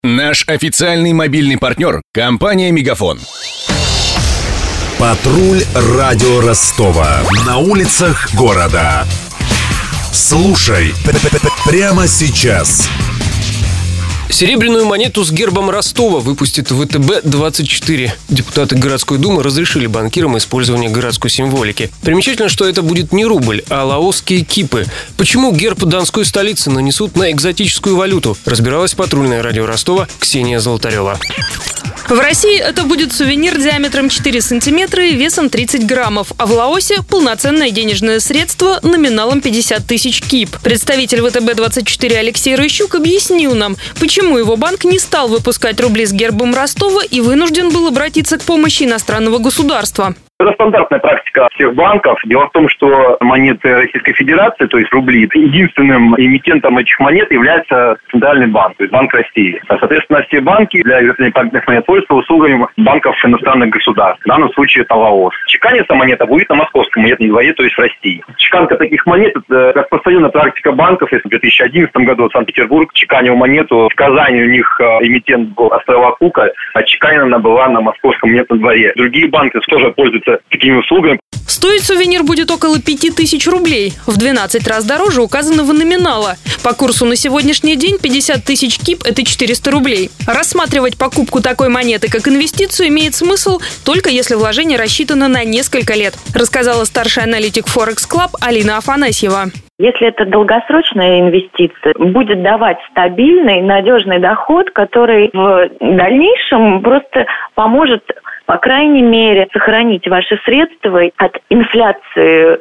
Наш официальный мобильный партнер – компания «Мегафон». Патруль радио Ростова. На улицах города. Слушай прямо сейчас. Серебряную монету с гербом Ростова выпустит ВТБ-24. Депутаты городской думы разрешили банкирам использование городской символики. Примечательно, что это будет не рубль, а лаосские кипы. Почему герб донской столицы нанесут на экзотическую валюту? Разбиралась патрульное радио Ростова Ксения Золотарева. В России это будет сувенир диаметром 4 сантиметра и весом 30 граммов, а в Лаосе – полноценное денежное средство номиналом 50 тысяч кип. Представитель ВТБ-24 Алексей Рыщук объяснил нам, почему его банк не стал выпускать рубли с гербом Ростова и вынужден был обратиться к помощи иностранного государства. Это стандартная практика всех банков. Дело в том, что монеты Российской Федерации, то есть рубли, единственным эмитентом этих монет является Центральный банк, то есть Банк России. Соответственно, все банки для изготовления памятных монет пользуются услугами банков иностранных государств. В данном случае это Лаос. Чеканится монета будет на московском монетном дворе, то есть в России. Чеканка таких монет – это распространенная практика банков. Если в 2011 году Санкт-Петербург чеканил монету, в Казани у них эмитент был острова Кука, а чеканена она была на московском монетном дворе. Другие банки тоже пользуются такими услугами. Стоить сувенир будет около 5000 рублей. В 12 раз дороже указанного номинала. По курсу на сегодняшний день 50 тысяч кип – это 400 рублей. Рассматривать покупку такой монеты как инвестицию имеет смысл только если вложение рассчитано на несколько лет, рассказала старший аналитик Forex Club Алина Афанасьева. Если это долгосрочная инвестиция, будет давать стабильный, надежный доход, который в дальнейшем просто поможет, по крайней мере, сохранить ваши средства, от инфляции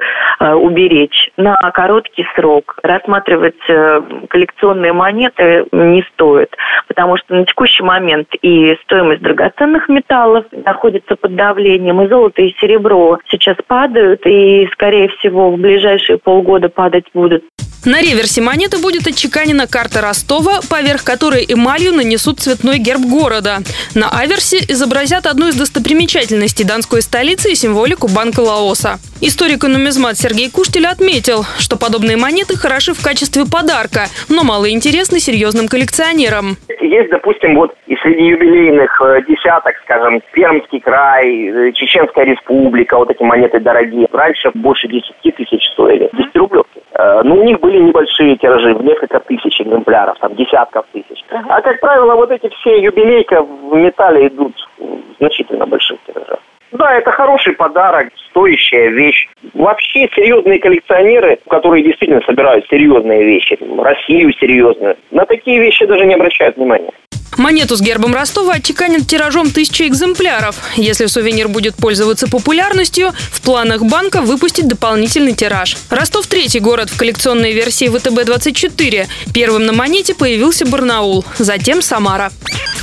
уберечь на короткий срок. Рассматривать коллекционные монеты не стоит, потому что на текущий момент и стоимость драгоценных металлов находится под давлением, и золото, и серебро сейчас падают, и, скорее всего, в ближайшие полгода падать будут. На реверсе монеты будет отчеканена карта Ростова, поверх которой эмалью нанесут цветной герб города. На аверсе изобразят одну из достопримечательностей донской столицы и символику Банка Лаоса. Историк и нумизмат Сергей Куштель отметил, что подобные монеты хороши в качестве подарка, но мало интересны серьезным коллекционерам. Есть, допустим, и среди юбилейных десяток, скажем, Пермский край, Чеченская республика, вот эти монеты дорогие. Раньше больше 10 тысяч стоили, 10-рублевки. Но у них были небольшие тиражи, в несколько тысяч экземпляров, там десятков тысяч. А, как правило, вот эти все юбилейка в металле идут в значительно больших тиражах. Да, это хороший подарок, стоящая вещь. Вообще серьезные коллекционеры, которые действительно собирают серьезные вещи, Россию серьезную, на такие вещи даже не обращают внимания. Монету с гербом Ростова отчеканят тиражом 1000 экземпляров. Если сувенир будет пользоваться популярностью, в планах банка выпустить дополнительный тираж. Ростов – третий город в коллекционной версии ВТБ-24. Первым на монете появился Барнаул, затем Самара.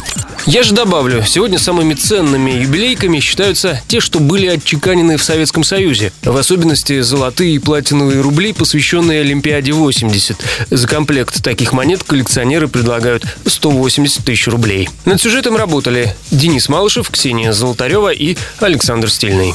Я же добавлю, сегодня самыми ценными юбилейками считаются те, что были отчеканены в Советском Союзе. В особенности золотые и платиновые рубли, посвященные Олимпиаде 80. За комплект таких монет коллекционеры предлагают 180 тысяч рублей. Над сюжетом работали Денис Малышев, Ксения Золотарева и Александр Стильный.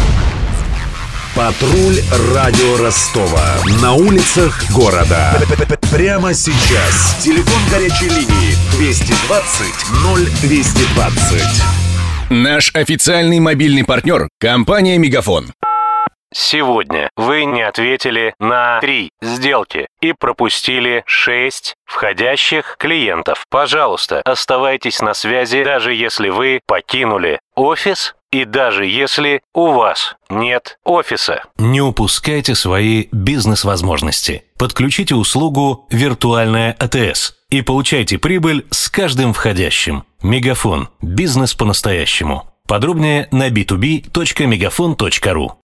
Патруль радио Ростова. На улицах города. Прямо сейчас. Телефон горячей линии 220 0220. Наш официальный мобильный партнер – компания «Мегафон». Сегодня вы не ответили на 3 сделки и пропустили 6 входящих клиентов. Пожалуйста, оставайтесь на связи, даже если вы покинули офис и даже если у вас нет офиса. Не упускайте свои бизнес-возможности. Подключите услугу «Виртуальная АТС» и получайте прибыль с каждым входящим. Мегафон. Бизнес по-настоящему. Подробнее на b2b.megafon.ru.